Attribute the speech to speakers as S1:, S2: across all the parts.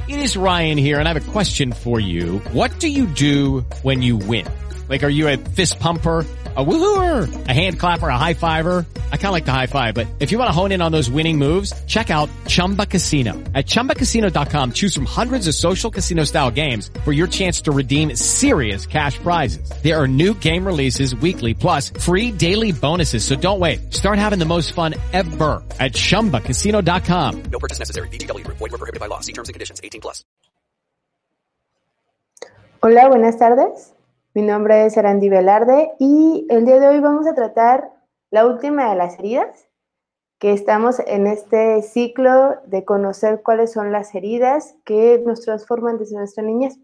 S1: It is Ryan here, and I have a question for you. What do you do when you win? Like, are you a fist pumper, a woohooer, a hand clapper, a high fiver? I kind of like the high five, but if you want to hone in on those winning moves, check out Chumba Casino. At ChumbaCasino.com, choose from hundreds of social casino style games for your chance to redeem serious cash prizes. There are new game releases weekly, plus free daily bonuses. So don't wait. Start having the most fun ever at ChumbaCasino.com.
S2: No purchase necessary. VGW Group. Void where prohibited by law. See terms and conditions. 18+.
S3: Hola, buenas tardes. Mi nombre es Arandi Velarde y el día de hoy vamos a tratar la última de las heridas, que estamos en este ciclo de conocer cuáles son las heridas que nos transforman desde nuestra niñez.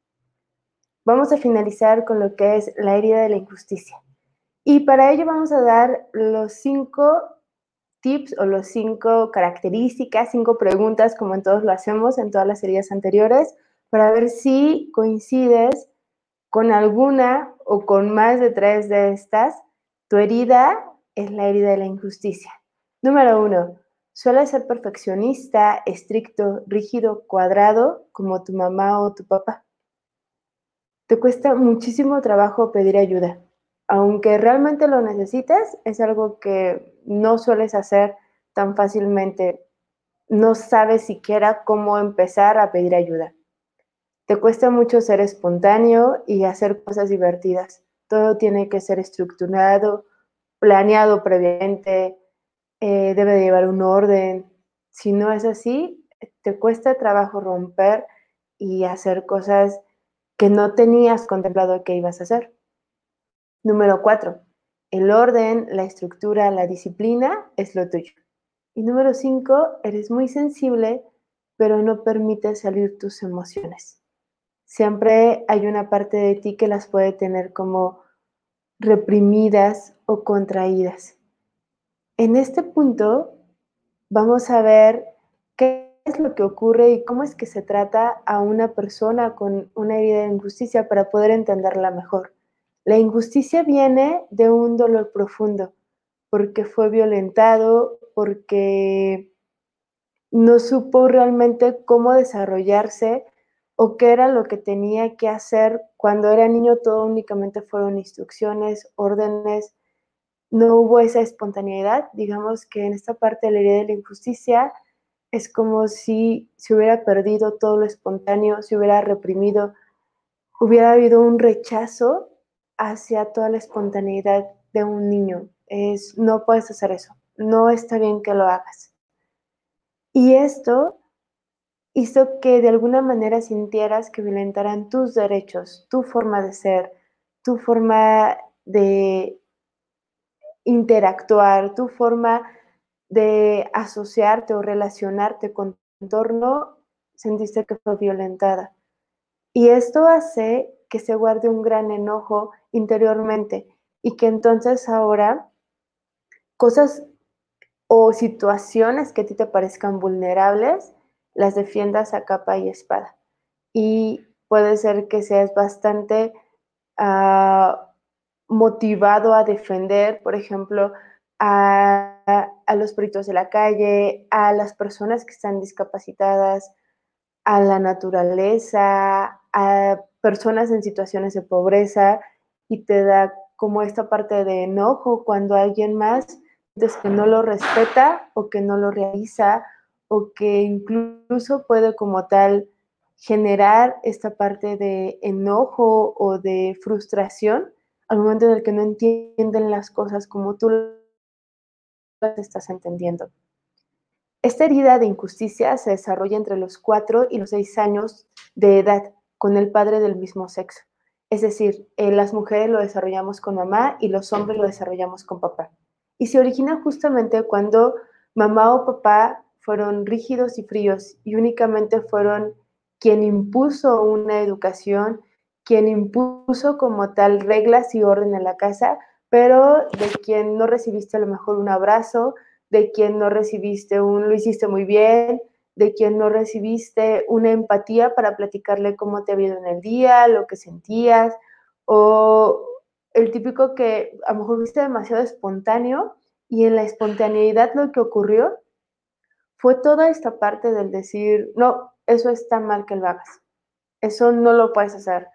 S3: Vamos a finalizar con lo que es la herida de la injusticia. Y para ello vamos a dar los 5 tips o los 5 características, 5 preguntas, como en todos lo hacemos, en todas las heridas anteriores, para ver si coincides con alguna o con más de 3 de estas. Tu herida es la herida de la injusticia. Número 1. ¿Sueles ser perfeccionista, estricto, rígido, cuadrado, como tu mamá o tu papá? ¿Te cuesta muchísimo trabajo pedir ayuda? Aunque realmente lo necesites, es algo que no sueles hacer tan fácilmente. No sabes siquiera cómo empezar a pedir ayuda. Te cuesta mucho ser espontáneo y hacer cosas divertidas. Todo tiene que ser estructurado, planeado previamente, debe de llevar un orden. Si no es así, te cuesta trabajo romper y hacer cosas que no tenías contemplado que ibas a hacer. Número 4. El orden, la estructura, la disciplina es lo tuyo. Y número 5. Eres muy sensible, pero no permites salir tus emociones. Siempre hay una parte de ti que las puede tener como reprimidas o contraídas. En este punto vamos a ver qué es lo que ocurre y cómo es que se trata a una persona con una herida de injusticia para poder entenderla mejor. La injusticia viene de un dolor profundo, porque fue violentado, porque no supo realmente cómo desarrollarse o qué era lo que tenía que hacer. Cuando era niño todo únicamente fueron instrucciones, órdenes, no hubo esa espontaneidad. Digamos que en esta parte de la herida de la injusticia es como si se hubiera perdido todo lo espontáneo, se hubiera reprimido, hubiera habido un rechazo hacia toda la espontaneidad de un niño. No puedes hacer eso, no está bien que lo hagas. Y esto hizo que de alguna manera sintieras que violentaran tus derechos, tu forma de ser, tu forma de interactuar, tu forma de asociarte o relacionarte con tu entorno, sentiste que fue violentada. Y esto hace que se guarde un gran enojo interiormente y que entonces ahora cosas o situaciones que a ti te parezcan vulnerables, las defiendas a capa y espada. Y puede ser que seas bastante motivado a defender, por ejemplo, a los perritos de la calle, a las personas que están discapacitadas, a la naturaleza, a personas en situaciones de pobreza, y te da como esta parte de enojo cuando alguien más sientes que no lo respeta o que no lo realiza o que incluso puede como tal generar esta parte de enojo o de frustración al momento en el que no entienden las cosas como tú las estás entendiendo. Esta herida de injusticia se desarrolla entre los 4 y los 6 años de edad con el padre del mismo sexo. Es decir, las mujeres lo desarrollamos con mamá y los hombres lo desarrollamos con papá. Y se origina justamente cuando mamá o papá fueron rígidos y fríos y únicamente fueron quien impuso una educación, quien impuso como tal reglas y orden en la casa, pero de quien no recibiste a lo mejor un abrazo, de quien no recibiste lo hiciste muy bien, de quien no recibiste una empatía para platicarle cómo te había ido en el día, lo que sentías, o el típico que a lo mejor fuiste demasiado espontáneo y en la espontaneidad lo que ocurrió fue toda esta parte del decir, no, eso está mal que lo hagas, eso no lo puedes hacer,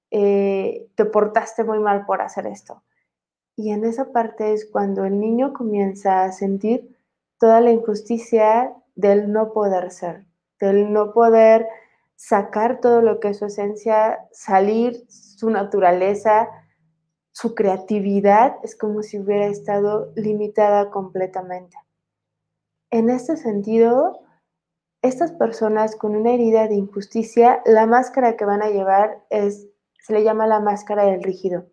S3: te portaste muy mal por hacer esto. Y en esa parte es cuando el niño comienza a sentir toda la injusticia del no poder ser, del no poder sacar todo lo que es su esencia, salir su naturaleza, su creatividad, es como si hubiera estado limitada completamente. En este sentido, estas personas con una herida de injusticia, la máscara que van a llevar se le llama la máscara del rígido.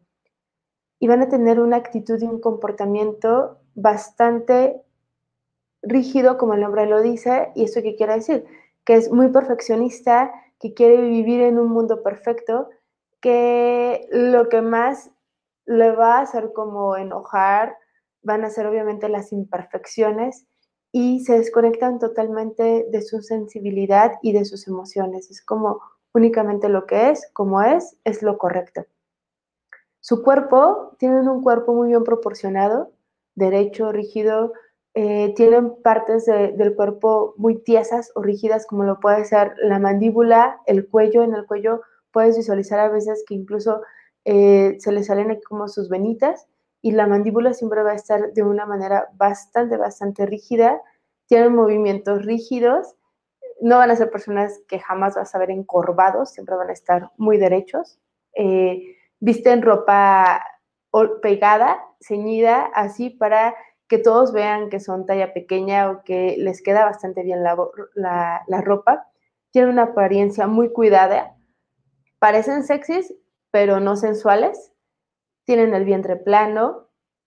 S3: Y van a tener una actitud y un comportamiento bastante rígido, como el nombre lo dice, y esto qué quiere decir, que es muy perfeccionista, que quiere vivir en un mundo perfecto, que lo que más le va a hacer como enojar van a ser obviamente las imperfecciones y se desconectan totalmente de su sensibilidad y de sus emociones. Es como únicamente lo que es, como es lo correcto. Su cuerpo, tienen un cuerpo muy bien proporcionado, derecho, rígido, tienen partes del cuerpo muy tiesas o rígidas, como lo puede ser la mandíbula, el cuello. En el cuello puedes visualizar a veces que incluso se les salen aquí como sus venitas y la mandíbula siempre va a estar de una manera bastante rígida. Tienen movimientos rígidos, no van a ser personas que jamás vas a ver encorvados, siempre van a estar muy derechos. Visten ropa pegada, ceñida, así para que todos vean que son talla pequeña o que les queda bastante bien la ropa. Tienen una apariencia muy cuidada, parecen sexys, pero no sensuales. Tienen el vientre plano,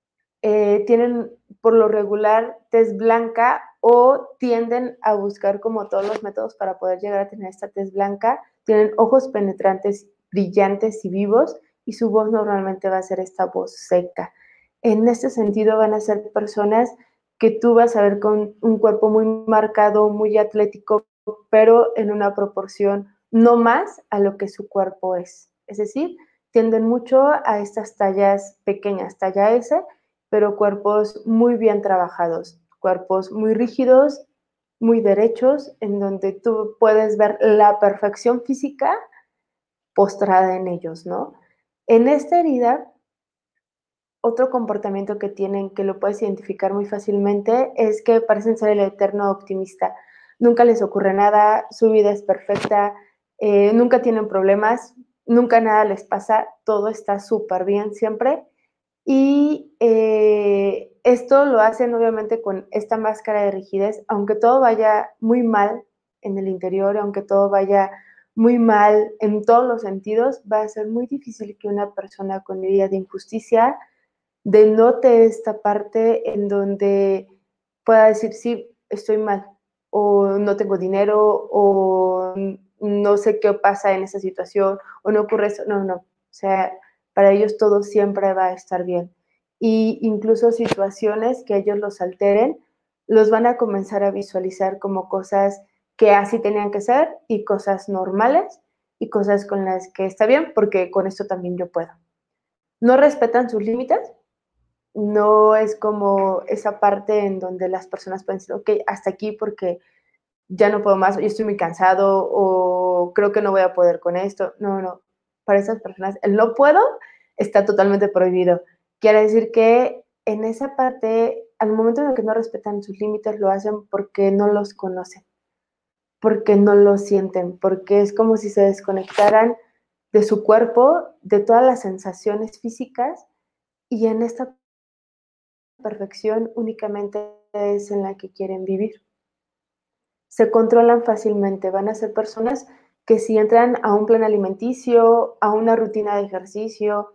S3: tienen por lo regular tez blanca o tienden a buscar como todos los métodos para poder llegar a tener esta tez blanca. Tienen ojos penetrantes, brillantes y vivos y su voz normalmente va a ser esta voz seca. En este sentido van a ser personas que tú vas a ver con un cuerpo muy marcado, muy atlético, pero en una proporción no más a lo que su cuerpo es. Es decir, tienden mucho a estas tallas pequeñas, talla S, pero cuerpos muy bien trabajados, cuerpos muy rígidos, muy derechos, en donde tú puedes ver la perfección física postrada en ellos, ¿no? En esta herida, otro comportamiento que tienen, que lo puedes identificar muy fácilmente, es que parecen ser el eterno optimista. Nunca les ocurre nada, su vida es perfecta, nunca tienen problemas, nunca nada les pasa, todo está súper bien siempre. Y esto lo hacen obviamente con esta máscara de rigidez, aunque todo vaya muy mal en el interior, aunque todo vaya muy mal en todos los sentidos, va a ser muy difícil que una persona con herida de injusticia denote esta parte en donde pueda decir, sí, estoy mal, o no tengo dinero, o no sé qué pasa en esa situación, o no ocurre eso. No, no. O sea, para ellos todo siempre va a estar bien. Y incluso situaciones que ellos los alteren, los van a comenzar a visualizar como cosas que así tenían que ser y cosas normales y cosas con las que está bien, porque con esto también yo puedo. No respetan sus límites, no es como esa parte en donde las personas pueden decir, ok, hasta aquí porque ya no puedo más, yo estoy muy cansado o creo que no voy a poder con esto. No, no, para esas personas el no puedo está totalmente prohibido. Quiere decir que en esa parte, al momento en el que no respetan sus límites, lo hacen porque no los conocen, porque no lo sienten, porque es como si se desconectaran de su cuerpo, de todas las sensaciones físicas y en esta perfección únicamente es en la que quieren vivir. Se controlan fácilmente, van a ser personas que si entran a un plan alimenticio, a una rutina de ejercicio,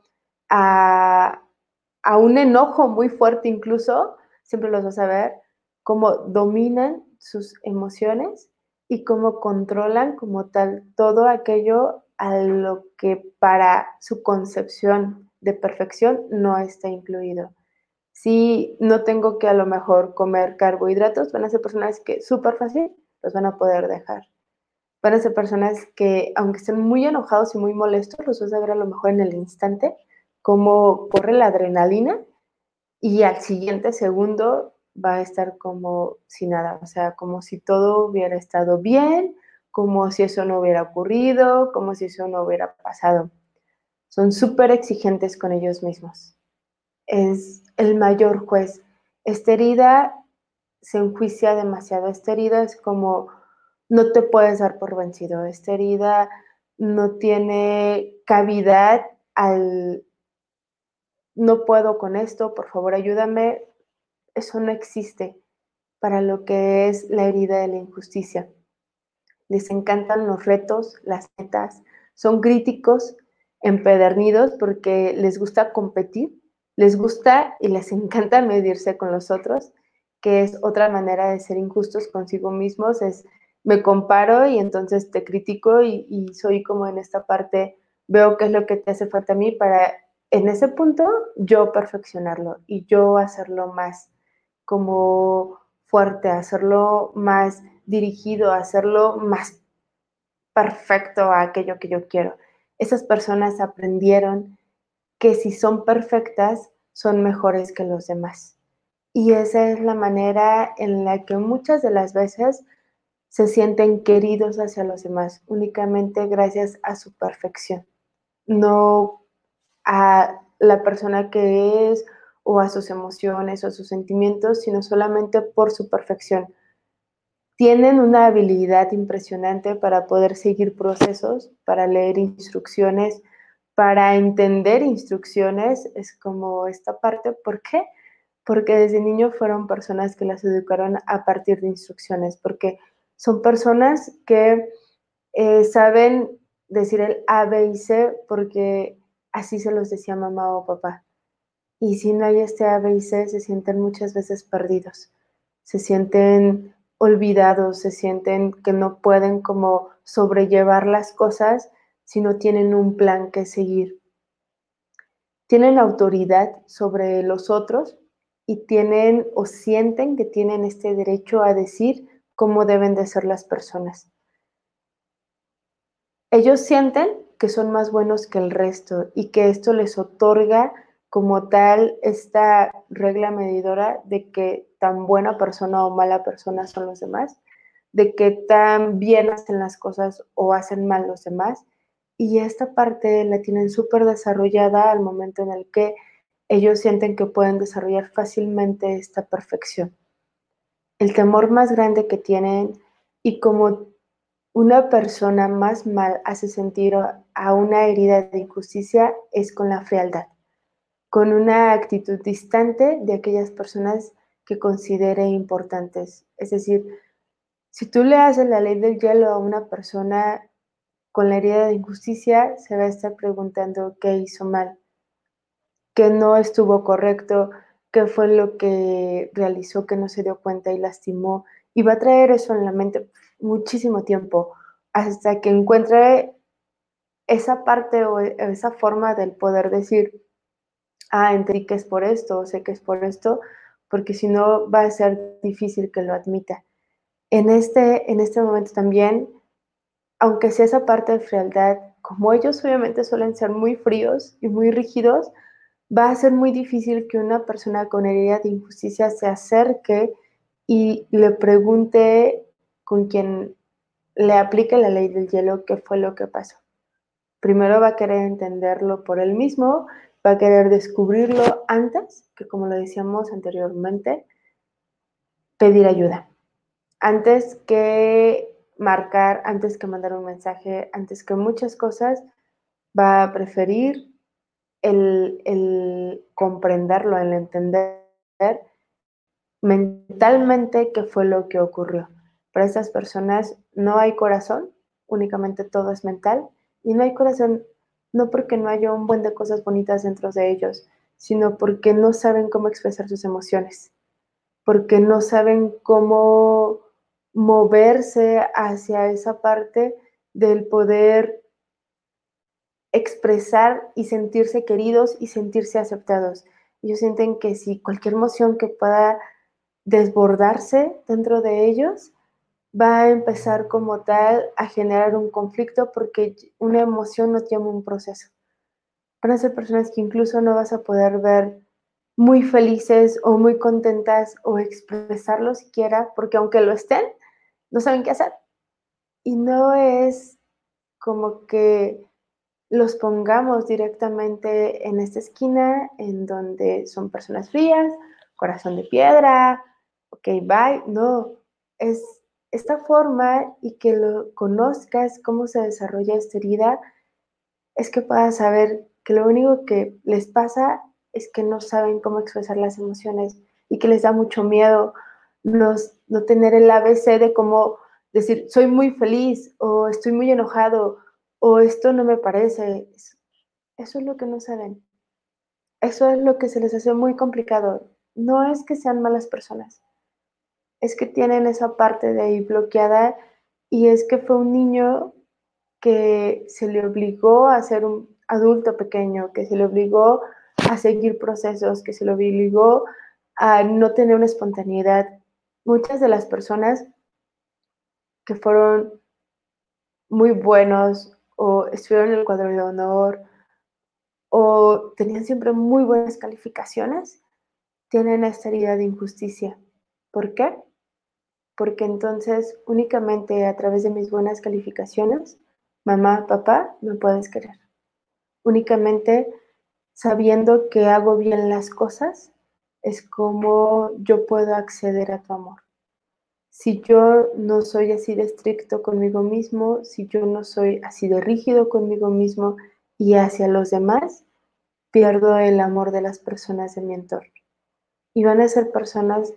S3: a, a un enojo muy fuerte incluso, siempre los vas a ver cómo dominan sus emociones y cómo controlan como tal todo aquello a lo que para su concepción de perfección no está incluido. Si no tengo que a lo mejor comer carbohidratos, van a ser personas que súper fácil los van a poder dejar. Van a ser personas que, aunque estén muy enojados y muy molestos, los vas a ver a lo mejor en el instante, cómo corre la adrenalina y al siguiente segundo va a estar como si nada, o sea, como si todo hubiera estado bien, como si eso no hubiera ocurrido, como si eso no hubiera pasado. Son súper exigentes con ellos mismos. Es el mayor juez. Esta herida se enjuicia demasiado. Esta herida es como, no te puedes dar por vencido. Esta herida no tiene cavidad al, no puedo con esto, por favor ayúdame. Eso no existe para lo que es la herida de la injusticia. Les encantan los retos, las metas, son críticos, empedernidos porque les gusta competir, les gusta y les encanta medirse con los otros, que es otra manera de ser injustos consigo mismos, es me comparo y entonces te critico y soy como en esta parte, veo qué es lo que te hace falta a mí para en ese punto yo perfeccionarlo y yo hacerlo más como fuerte, hacerlo más dirigido, hacerlo más perfecto a aquello que yo quiero. Esas personas aprendieron que si son perfectas, son mejores que los demás. Y esa es la manera en la que muchas de las veces se sienten queridos hacia los demás, únicamente gracias a su perfección, no a la persona que es o a sus emociones o a sus sentimientos, sino solamente por su perfección. Tienen una habilidad impresionante para poder seguir procesos, para leer instrucciones, para entender instrucciones. Es como esta parte, ¿por qué? Porque desde niño fueron personas que las educaron a partir de instrucciones, porque son personas que saben decir el A, B y C porque así se los decía mamá o papá. Y si no hay este A, B y C, se sienten muchas veces perdidos, se sienten olvidados, se sienten que no pueden como sobrellevar las cosas si no tienen un plan que seguir. Tienen autoridad sobre los otros y tienen o sienten que tienen este derecho a decir cómo deben de ser las personas. Ellos sienten que son más buenos que el resto y que esto les otorga como tal esta regla medidora de que tan buena persona o mala persona son los demás, de que tan bien hacen las cosas o hacen mal los demás. Y esta parte la tienen súper desarrollada al momento en el que ellos sienten que pueden desarrollar fácilmente esta perfección. El temor más grande que tienen y como una persona más mal hace sentir a una herida de injusticia es con la frialdad, con una actitud distante de aquellas personas que considere importantes. Es decir, si tú le haces la ley del hielo a una persona con la herida de injusticia, se va a estar preguntando qué hizo mal, qué no estuvo correcto, qué fue lo que realizó que no se dio cuenta y lastimó. Y va a traer eso en la mente muchísimo tiempo hasta que encuentre esa parte o esa forma del poder decir, ah, entendí que es por esto, o sé que es por esto, porque si no va a ser difícil que lo admita. En este momento también, aunque sea esa parte de frialdad, como ellos obviamente suelen ser muy fríos y muy rígidos, va a ser muy difícil que una persona con herida de injusticia se acerque y le pregunte con quien le aplique la ley del hielo qué fue lo que pasó. Primero va a querer entenderlo por él mismo, va a querer descubrirlo antes, que como lo decíamos anteriormente, pedir ayuda. Antes que marcar, antes que mandar un mensaje, antes que muchas cosas, va a preferir el comprenderlo, el entender mentalmente qué fue lo que ocurrió. Para estas personas no hay corazón, únicamente todo es mental, y no hay corazón no porque no haya un buen de cosas bonitas dentro de ellos, sino porque no saben cómo expresar sus emociones, porque no saben cómo moverse hacia esa parte del poder expresar y sentirse queridos y sentirse aceptados. Ellos sienten que si cualquier emoción que pueda desbordarse dentro de ellos, va a empezar como tal a generar un conflicto porque una emoción no tiene un proceso. Van a ser personas que incluso no vas a poder ver muy felices o muy contentas o expresarlo siquiera, porque aunque lo estén, no saben qué hacer. Y no es como que los pongamos directamente en esta esquina en donde son personas frías, corazón de piedra, ok, bye. No, es esta forma y que lo conozcas cómo se desarrolla esta herida, es que puedas saber que lo único que les pasa es que no saben cómo expresar las emociones y que les da mucho miedo no tener el ABC de cómo decir, soy muy feliz o estoy muy enojado o esto no me parece. Eso es lo que no saben. Eso es lo que se les hace muy complicado. No es que sean malas personas, es que tienen esa parte de ahí bloqueada y es que fue un niño que se le obligó a ser un adulto pequeño, que se le obligó a seguir procesos, que se le obligó a no tener una espontaneidad. Muchas de las personas que fueron muy buenos o estuvieron en el cuadro de honor o tenían siempre muy buenas calificaciones, tienen esta herida de injusticia. ¿Por qué? Porque entonces únicamente a través de mis buenas calificaciones, mamá, papá, me puedes querer. Únicamente sabiendo que hago bien las cosas, es como yo puedo acceder a tu amor. Si yo no soy así de estricto conmigo mismo, si yo no soy así de rígido conmigo mismo y hacia los demás, pierdo el amor de las personas de mi entorno. Y van a ser personas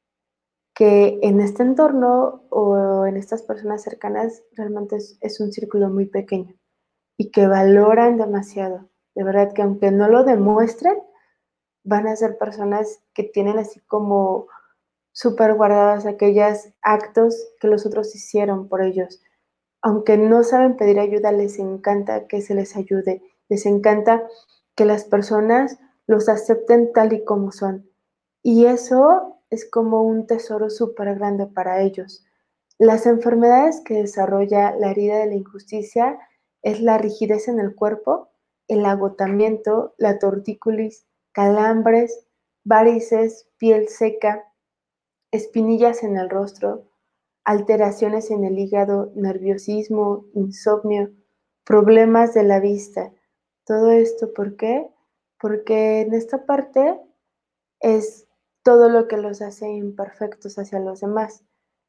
S3: que en este entorno o en estas personas cercanas realmente es un círculo muy pequeño y que valoran demasiado. De verdad que aunque no lo demuestren, van a ser personas que tienen así como súper guardadas aquellos actos que los otros hicieron por ellos. Aunque no saben pedir ayuda, les encanta que se les ayude, les encanta que las personas los acepten tal y como son. Y eso es como un tesoro súper grande para ellos. Las enfermedades que desarrolla la herida de la injusticia es la rigidez en el cuerpo, el agotamiento, la tortícolis, calambres, varices, piel seca, espinillas en el rostro, alteraciones en el hígado, nerviosismo, insomnio, problemas de la vista. Todo esto, ¿por qué? Porque en esta parte es todo lo que los hace imperfectos hacia los demás.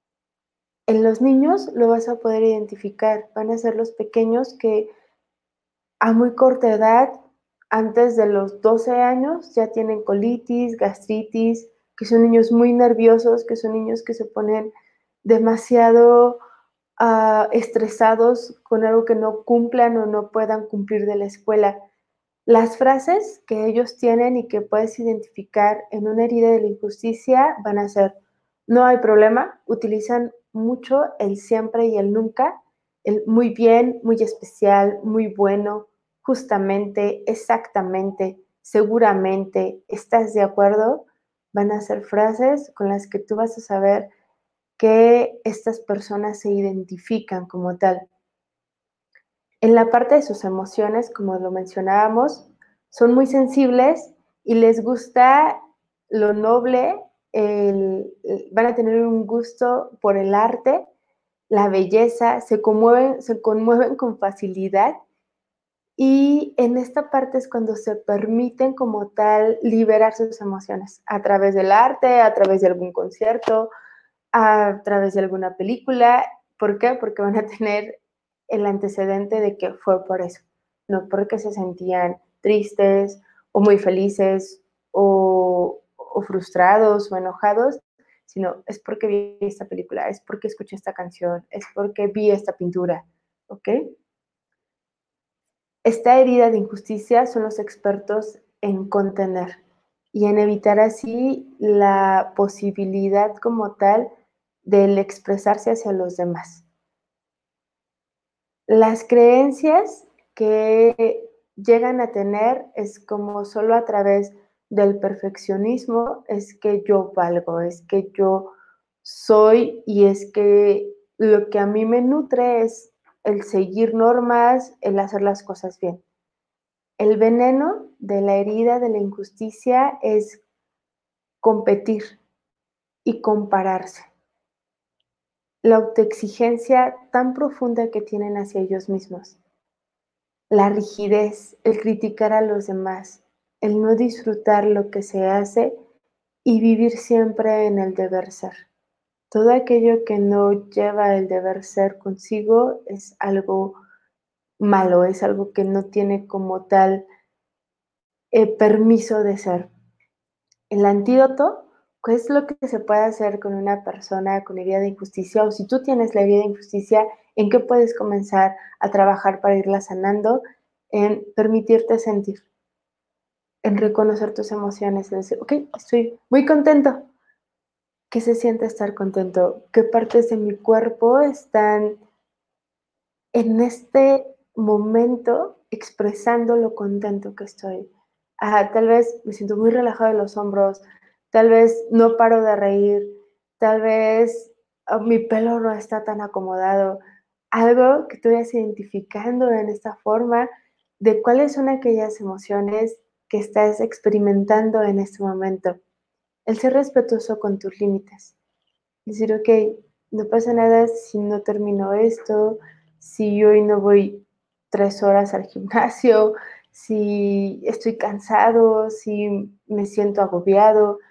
S3: En los niños lo vas a poder identificar, van a ser los pequeños que a muy corta edad, antes de los 12 años, ya tienen colitis, gastritis, que son niños muy nerviosos, que son niños que se ponen demasiado estresados con algo que no cumplan o no puedan cumplir de la escuela. Las frases que ellos tienen y que puedes identificar en una herida de la injusticia van a ser, no hay problema, utilizan mucho el siempre y el nunca, el muy bien, muy especial, muy bueno, justamente, exactamente, seguramente, ¿estás de acuerdo? Van a ser frases con las que tú vas a saber que estas personas se identifican como tal. En la parte de sus emociones, como lo mencionábamos, son muy sensibles y les gusta lo noble, van a tener un gusto por el arte, la belleza, se conmueven con facilidad y en esta parte es cuando se permiten como tal liberar sus emociones a través del arte, a través de algún concierto, a través de alguna película. ¿Por qué? Porque van a tener el antecedente de que fue por eso, no porque se sentían tristes o muy felices o frustrados o enojados, sino es porque vi esta película, es porque escuché esta canción, es porque vi esta pintura, ¿ok? Esta herida de injusticia son los expertos en contener y en evitar así la posibilidad como tal del expresarse hacia los demás. Las creencias que llegan a tener es como solo a través del perfeccionismo es que yo valgo, es que yo soy y es que lo que a mí me nutre es el seguir normas, el hacer las cosas bien. El veneno de la herida de la injusticia es competir y compararse. la autoexigencia tan profunda que tienen hacia ellos mismos, la rigidez, el criticar a los demás, el no disfrutar lo que se hace y vivir siempre en el deber ser. Todo aquello que no lleva el deber ser consigo es algo malo, es algo que no tiene como tal permiso de ser. El antídoto, ¿qué es lo que se puede hacer con una persona con herida de injusticia? O si tú tienes la herida de injusticia, ¿en qué puedes comenzar a trabajar para irla sanando? En permitirte sentir, en reconocer tus emociones, en decir, ok, estoy muy contento. ¿Qué se siente estar contento? ¿Qué partes de mi cuerpo están en este momento expresando lo contento que estoy? Tal vez me siento muy relajado de los hombros, tal vez no paro de reír, tal vez mi pelo no está tan acomodado. Algo que tú vayas identificando en esta forma de cuáles son aquellas emociones que estás experimentando en este momento. El ser respetuoso con tus límites. Decir, ok, no pasa nada si no termino esto, si hoy no voy 3 horas al gimnasio, si estoy cansado, si me siento agobiado,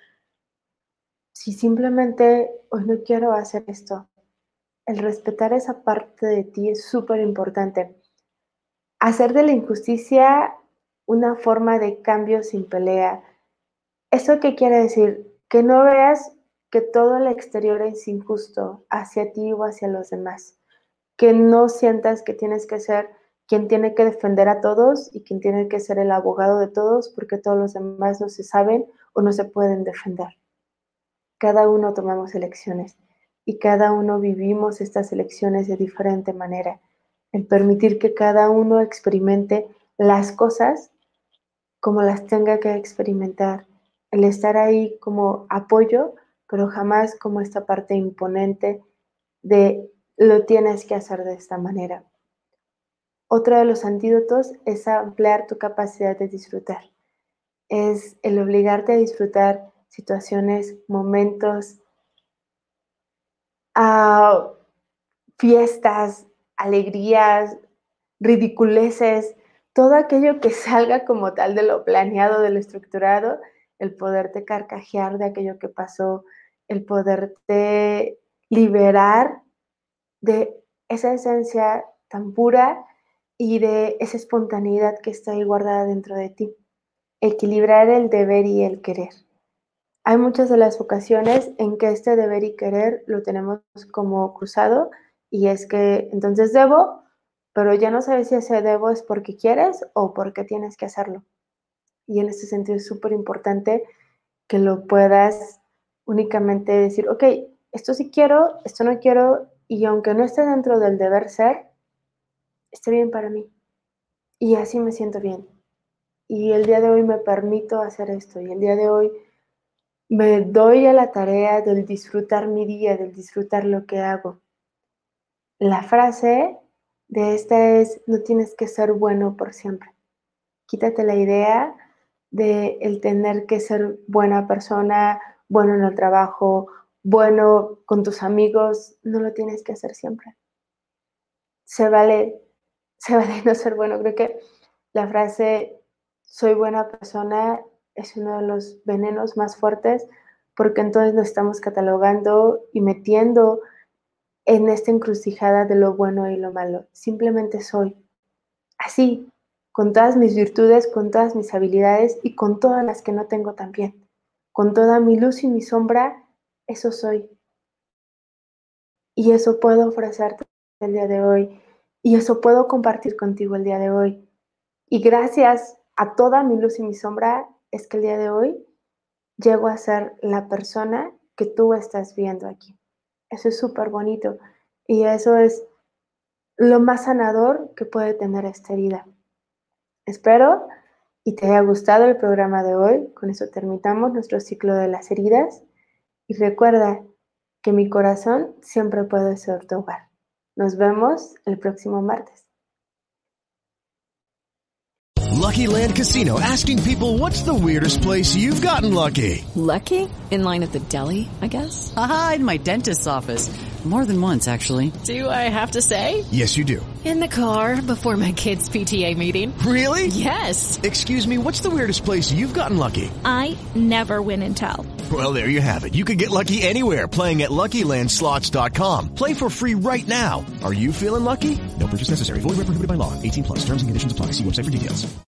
S3: si simplemente hoy no quiero hacer esto. El respetar esa parte de ti es súper importante. Hacer de la injusticia una forma de cambio sin pelea. ¿Eso qué quiere decir? Que no veas que todo el exterior es injusto hacia ti o hacia los demás. Que no sientas que tienes que ser quien tiene que defender a todos y quien tiene que ser el abogado de todos porque todos los demás no se saben o no se pueden defender. Cada uno tomamos elecciones y cada uno vivimos estas elecciones de diferente manera. En permitir que cada uno experimente las cosas como las tenga que experimentar, el estar ahí como apoyo, pero jamás como esta parte imponente de lo tienes que hacer de esta manera. Otro de los antídotos es ampliar tu capacidad de disfrutar. Es el obligarte a disfrutar situaciones, momentos, a fiestas, alegrías, ridiculeces, todo aquello que salga como tal de lo planeado, de lo estructurado, el poderte carcajear de aquello que pasó, el poderte liberar de esa esencia tan pura y de esa espontaneidad que está ahí guardada dentro de ti. Equilibrar el deber y el querer. Hay muchas de las ocasiones en que este deber y querer lo tenemos como cruzado y es que entonces debo, pero ya no sabes si ese debo es porque quieres o porque tienes que hacerlo. Y en ese sentido es súper importante que lo puedas únicamente decir, ok, esto sí quiero, esto no quiero, y aunque no esté dentro del deber ser, esté bien para mí. Y así me siento bien. Y el día de hoy me permito hacer esto, y el día de hoy me doy a la tarea del disfrutar mi día, del disfrutar lo que hago. La frase de esta es, no tienes que ser bueno por siempre. Quítate la idea de el tener que ser buena persona, bueno en el trabajo, bueno con tus amigos, no lo tienes que hacer siempre. Se vale, se vale no ser bueno. Creo que la frase soy buena persona es uno de los venenos más fuertes porque entonces nos estamos catalogando y metiendo en esta encrucijada de lo bueno y lo malo. Simplemente soy así, con todas mis virtudes, con todas mis habilidades y con todas las que no tengo también. Con toda mi luz y mi sombra, eso soy. Y eso puedo ofrecerte el día de hoy. Y eso puedo compartir contigo el día de hoy. Y gracias a toda mi luz y mi sombra es que el día de hoy llego a ser la persona que tú estás viendo aquí. Eso es súper bonito. Y eso es lo más sanador que puede tener esta herida. Espero y te haya gustado el programa de hoy. Con eso terminamos nuestro ciclo de las heridas. Y recuerda que mi corazón siempre puede ser tu hogar. Nos vemos el próximo martes.
S4: Lucky Land Casino, asking people, what's the weirdest place you've gotten lucky?
S5: Lucky? In line at the deli, I guess?
S6: Aha, in my dentist's office. More than once, actually.
S5: Do I have to say?
S4: Yes, you do.
S5: In the car before my kids' PTA meeting.
S4: Really?
S5: Yes.
S4: Excuse me, what's the weirdest place you've gotten lucky?
S7: I never win and tell.
S4: Well, there you have it. You can get lucky anywhere, playing at LuckyLandSlots.com. Play for free right now. Are you feeling lucky? No purchase necessary. Void where prohibited by law. 18+. Terms and conditions apply. See website for details.